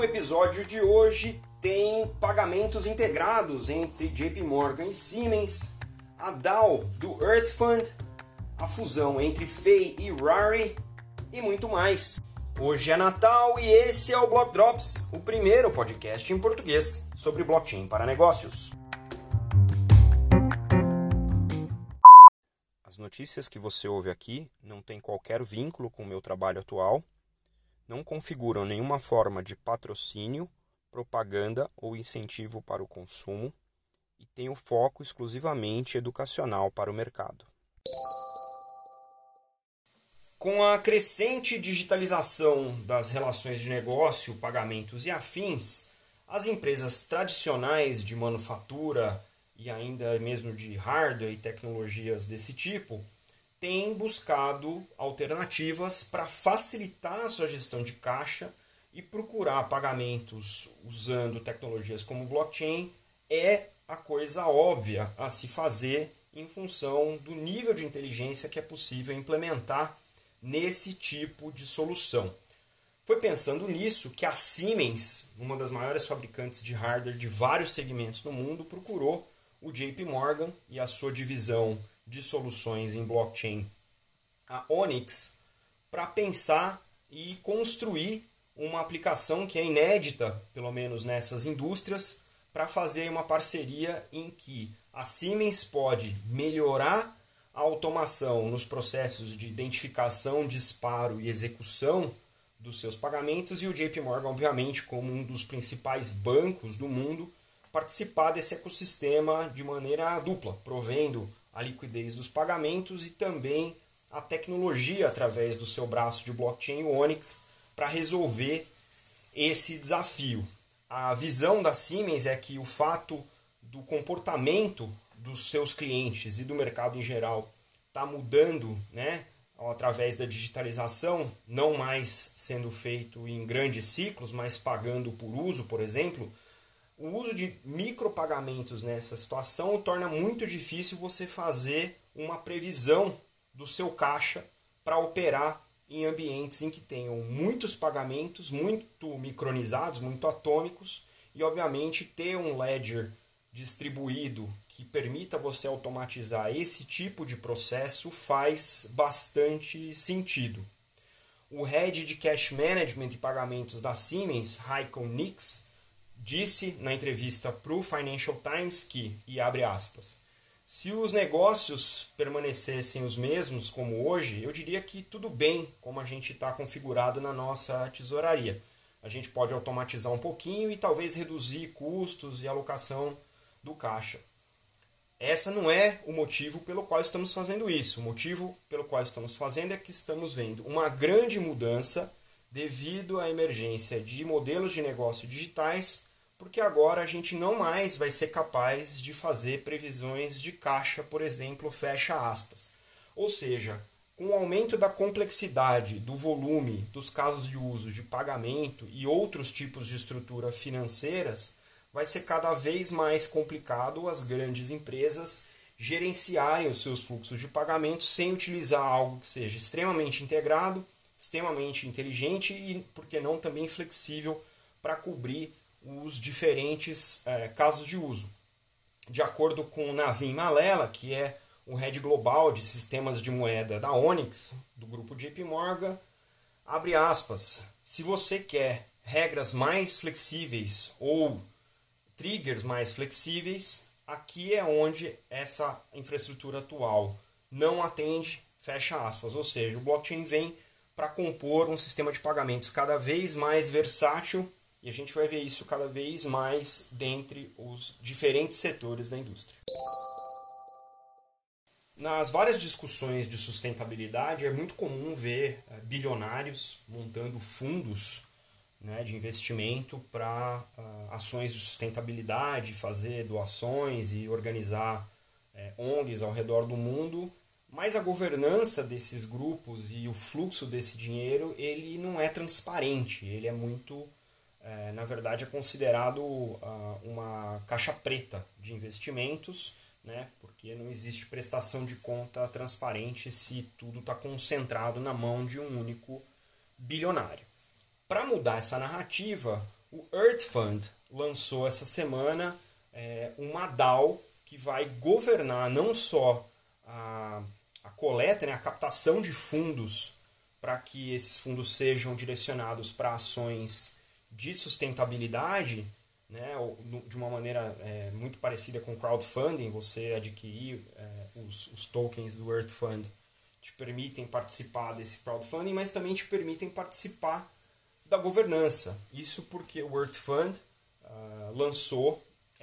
episódio de hoje tem pagamentos integrados entre JP Morgan e Siemens, a DAO do Earth Fund, a fusão entre Fei e Rari e muito mais. Hoje é Natal e esse é o Block Drops, o primeiro podcast em português sobre blockchain para negócios. As notícias que você ouve aqui não têm qualquer vínculo com o meu trabalho atual, não configuram nenhuma forma de patrocínio, propaganda ou incentivo para o consumo e têm o foco exclusivamente educacional para o mercado. Com a crescente digitalização das relações de negócio, pagamentos e afins, as empresas tradicionais de manufatura e ainda mesmo de hardware e tecnologias desse tipo têm buscado alternativas para facilitar a sua gestão de caixa e procurar pagamentos usando tecnologias como blockchain é a coisa óbvia a se fazer em função do nível de inteligência que é possível implementar nesse tipo de solução. Foi pensando nisso que a Siemens, uma das maiores fabricantes de hardware de vários segmentos no mundo, procurou o JP Morgan e a sua divisão de soluções em blockchain, a Onyx, para pensar e construir uma aplicação que é inédita, pelo menos nessas indústrias, para fazer uma parceria em que a Siemens pode melhorar a automação nos processos de identificação, disparo e execução dos seus pagamentos e o JP Morgan, obviamente, como um dos principais bancos do mundo, participar desse ecossistema de maneira dupla, provendo a liquidez dos pagamentos e também a tecnologia através do seu braço de blockchain, o Onyx, para resolver esse desafio. A visão da Siemens é que o fato do comportamento dos seus clientes e do mercado em geral está mudando, né, através da digitalização, não mais sendo feito em grandes ciclos, mas pagando por uso, por exemplo. O uso de micropagamentos nessa situação torna muito difícil você fazer uma previsão do seu caixa para operar em ambientes em que tenham muitos pagamentos, muito micronizados, muito atômicos, e obviamente ter um ledger distribuído que permita você automatizar esse tipo de processo faz bastante sentido. O head de cash management e pagamentos da Siemens, Heiko Nix, disse na entrevista para o Financial Times que, e abre aspas, se os negócios permanecessem os mesmos como hoje, eu diria que tudo bem como a gente está configurado na nossa tesouraria. A gente pode automatizar um pouquinho e talvez reduzir custos e alocação do caixa. Essa não é o motivo pelo qual estamos fazendo isso. O motivo pelo qual estamos fazendo é que estamos vendo uma grande mudança devido à emergência de modelos de negócio digitais, porque agora a gente não mais vai ser capaz de fazer previsões de caixa, por exemplo, fecha aspas. Ou seja, com o aumento da complexidade, do volume, dos casos de uso de pagamento e outros tipos de estrutura financeiras, vai ser cada vez mais complicado as grandes empresas gerenciarem os seus fluxos de pagamento sem utilizar algo que seja extremamente integrado, extremamente inteligente e, por que não, também flexível para cobrir os diferentes casos de uso. De acordo com Navin Malela, que é o head global de sistemas de moeda da Onyx, do grupo JP Morgan, abre aspas, se você quer regras mais flexíveis ou triggers mais flexíveis, aqui é onde essa infraestrutura atual não atende, fecha aspas. Ou seja, o blockchain vem para compor um sistema de pagamentos cada vez mais versátil e a gente vai ver isso cada vez mais dentre os diferentes setores da indústria. Nas várias discussões de sustentabilidade, é muito comum ver bilionários montando fundos, né, de investimento para ações de sustentabilidade, fazer doações e organizar ONGs ao redor do mundo, mas a governança desses grupos e o fluxo desse dinheiro ele não é transparente, ele é muito, na verdade, é considerado uma caixa preta de investimentos, né, porque não existe prestação de conta transparente se tudo está concentrado na mão de um único bilionário. Para mudar essa narrativa, O Earth Fund lançou essa semana uma DAO que vai governar não só a coleta, né, a captação de fundos para que esses fundos sejam direcionados para ações de sustentabilidade, né, de uma maneira muito parecida com crowdfunding, você adquirir os tokens do Earth Fund te permitem participar desse crowdfunding, mas também te permitem participar da governança. Isso porque o Earth Fund lançou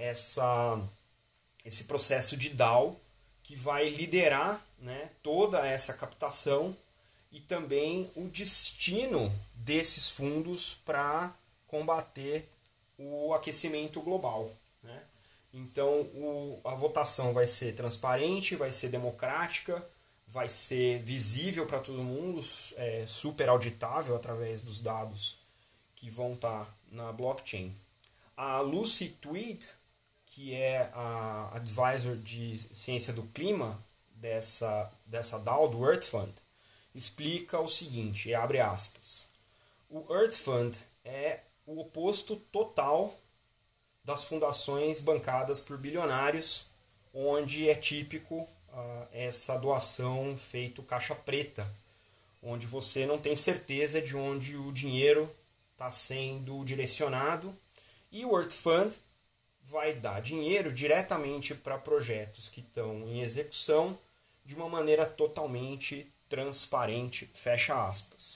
esse processo de DAO que vai liderar, né, toda essa captação e também o destino desses fundos para combater o aquecimento global, né? Então a votação vai ser transparente, vai ser democrática, vai ser visível para todo mundo, super auditável através dos dados que vão estar na blockchain. A Lucy Tweed, que é a advisor de ciência do clima dessa DAO, do Earth Fund, explica o seguinte, abre aspas, o Earth Fund é o oposto total das fundações bancadas por bilionários, onde é típico essa doação feito caixa preta, onde você não tem certeza de onde o dinheiro está sendo direcionado, e o Earth Fund vai dar dinheiro diretamente para projetos que estão em execução de uma maneira totalmente transparente, fecha aspas.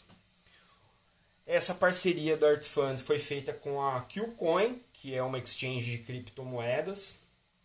Essa parceria da Earth Fund foi feita com a Qcoin, que é uma exchange de criptomoedas,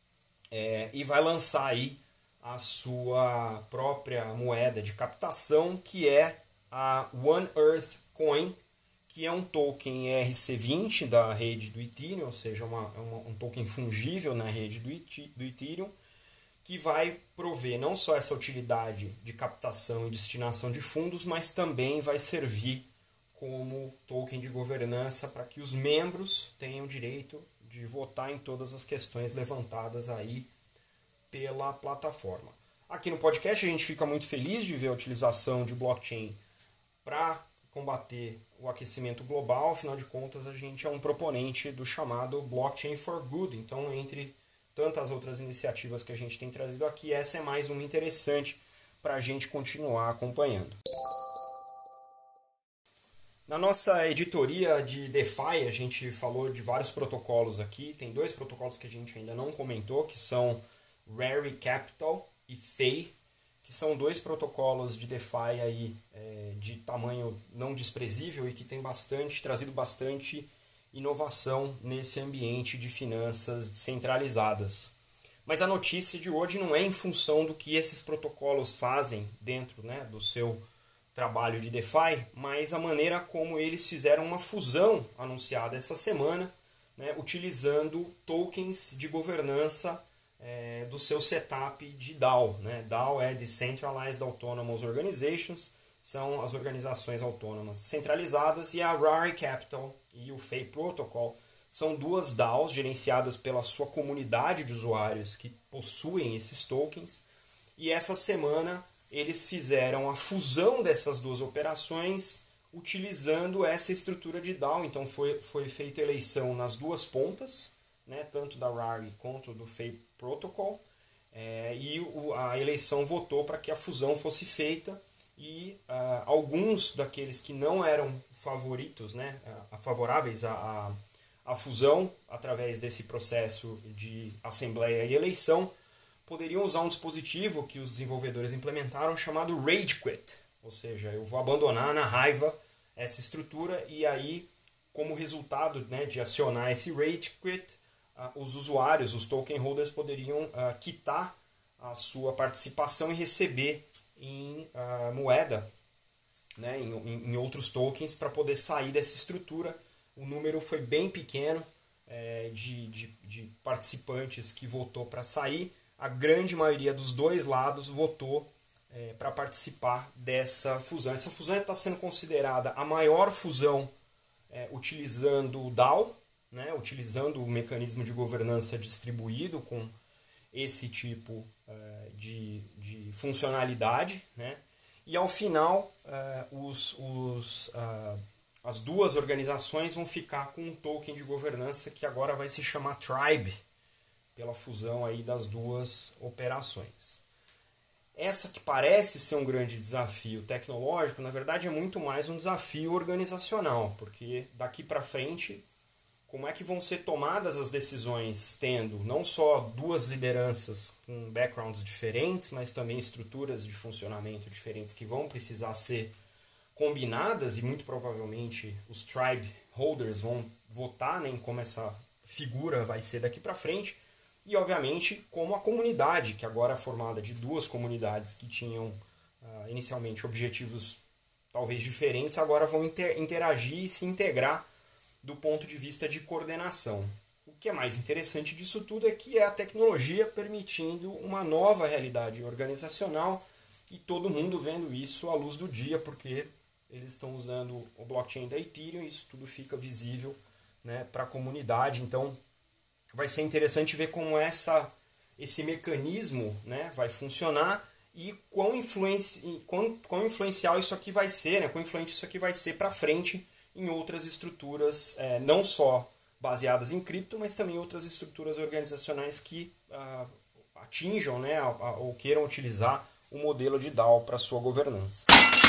e vai lançar aí a sua própria moeda de captação, que é a One Earth Coin, que é um token ERC20 da rede do Ethereum, ou seja, um token fungível na rede do Ethereum, que vai prover não só essa utilidade de captação e destinação de fundos, mas também vai servir como token de governança para que os membros tenham direito de votar em todas as questões levantadas aí pela plataforma. Aqui no podcast a gente fica muito feliz de ver a utilização de blockchain para combater o aquecimento global. Afinal de contas, a gente é um proponente do chamado Blockchain for Good. Então, entre tantas outras iniciativas que a gente tem trazido aqui, essa é mais uma interessante para a gente continuar acompanhando. Na nossa editoria de DeFi, a gente falou de vários protocolos aqui. Tem dois protocolos que a gente ainda não comentou, que são Rary Capital e Fei, que são dois protocolos de DeFi aí, de tamanho não desprezível e que tem trazido bastante inovação nesse ambiente de finanças descentralizadas. Mas a notícia de hoje não é em função do que esses protocolos fazem dentro, né, do seu trabalho de DeFi, mas a maneira como eles fizeram uma fusão anunciada essa semana, né, utilizando tokens de governança do seu setup de DAO. Né? DAO é Decentralized Autonomous Organizations, são as organizações autônomas descentralizadas, e a Rary Capital e o Fei Protocol são duas DAOs gerenciadas pela sua comunidade de usuários que possuem esses tokens, e essa semana eles fizeram a fusão dessas duas operações utilizando essa estrutura de DAO. Então foi feita eleição nas duas pontas, né, tanto da Rary quanto do Fei Protocol, e a eleição votou para que a fusão fosse feita, e alguns daqueles que não eram favoritos, né, favoráveis à fusão através desse processo de assembleia e eleição, poderiam usar um dispositivo que os desenvolvedores implementaram chamado Rage Quit, ou seja, eu vou abandonar na raiva essa estrutura, e aí, como resultado, né, de acionar esse Rage Quit, os usuários, os token holders, poderiam quitar a sua participação e receber em moeda, né, em outros tokens, para poder sair dessa estrutura. O número foi bem pequeno de participantes que votou para sair. A grande maioria dos dois lados votou para participar dessa fusão. Essa fusão está sendo considerada a maior fusão utilizando o DAO, né, utilizando o mecanismo de governança distribuído com esse tipo de funcionalidade, né? E ao final as duas organizações vão ficar com um token de governança que agora vai se chamar Tribe, pela fusão aí das duas operações. Essa que parece ser um grande desafio tecnológico, na verdade é muito mais um desafio organizacional, porque daqui para frente, como é que vão ser tomadas as decisões tendo não só duas lideranças com backgrounds diferentes, mas também estruturas de funcionamento diferentes que vão precisar ser combinadas e muito provavelmente os tribe holders vão votar, né, em como essa figura vai ser daqui para frente. E, obviamente, como a comunidade, que agora é formada de duas comunidades que tinham inicialmente objetivos talvez diferentes, agora vão interagir e se integrar do ponto de vista de coordenação. O que é mais interessante disso tudo é que é a tecnologia permitindo uma nova realidade organizacional e todo mundo vendo isso à luz do dia, porque eles estão usando o blockchain da Ethereum e isso tudo fica visível, né, para a comunidade. Então, vai ser interessante ver como esse mecanismo, né, vai funcionar e quão influencial isso aqui vai ser, né, quão influente isso aqui vai ser para frente em outras estruturas, não só baseadas em cripto, mas também outras estruturas organizacionais que atinjam, né, ou queiram utilizar o modelo de DAO para sua governança.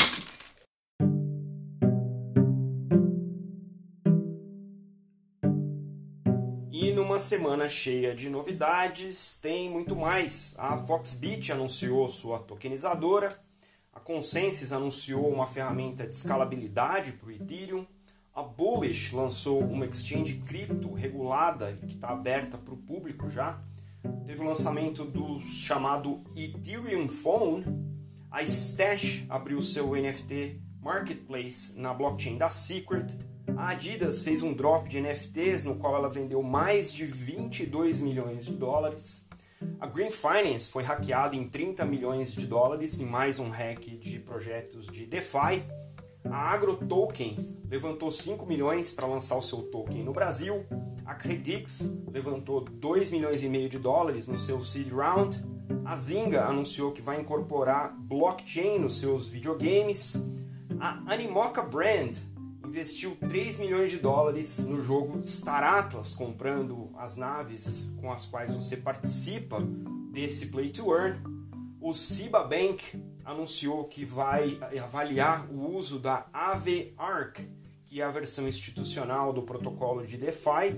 E numa semana cheia de novidades, tem muito mais. A Foxbit anunciou sua tokenizadora, a Consensys anunciou uma ferramenta de escalabilidade para o Ethereum, a Bullish lançou uma exchange cripto regulada que está aberta para o público já, teve o lançamento do chamado Ethereum Phone, a Stash abriu seu NFT Marketplace na blockchain da Secret, a Adidas fez um drop de NFTs no qual ela vendeu mais de 22 milhões de dólares. A Green Finance foi hackeada em 30 milhões de dólares em mais um hack de projetos de DeFi. A AgroToken levantou 5 milhões para lançar o seu token no Brasil. A Credix levantou 2 milhões e meio de dólares no seu seed round. A Zynga anunciou que vai incorporar blockchain nos seus videogames. A Animoca Brand investiu 3 milhões de dólares no jogo Star Atlas, comprando as naves com as quais você participa desse Play to Earn. O Siba Bank anunciou que vai avaliar o uso da Aave Arc, que é a versão institucional do protocolo de DeFi.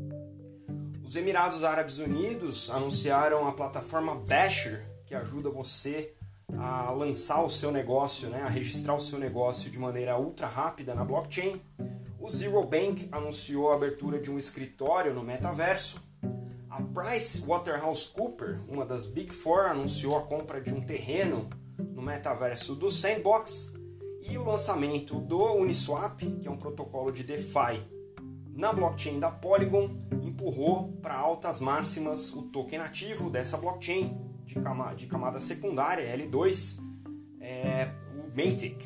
Os Emirados Árabes Unidos anunciaram a plataforma Basher, que ajuda você a lançar o seu negócio, né, a registrar o seu negócio de maneira ultra rápida na blockchain. O Zero Bank anunciou a abertura de um escritório no metaverso. A PricewaterhouseCoopers, uma das Big Four, anunciou a compra de um terreno no metaverso do Sandbox. E o lançamento do Uniswap, que é um protocolo de DeFi na blockchain da Polygon, empurrou para altas máximas o token ativo dessa blockchain de camada secundária, L2, o Matic.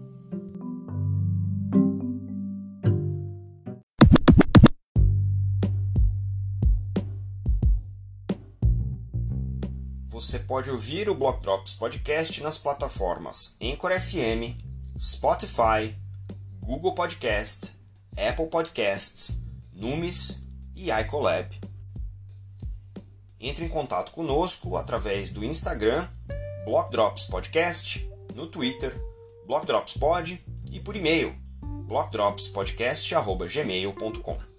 Você pode ouvir o Block Drops Podcast nas plataformas Anchor FM, Spotify, Google Podcast, Apple Podcasts, Numis e iColab. Entre em contato conosco através do Instagram, Block Drops Podcast, no Twitter, Block Drops Pod e por e-mail, blockdropspodcast@gmail.com.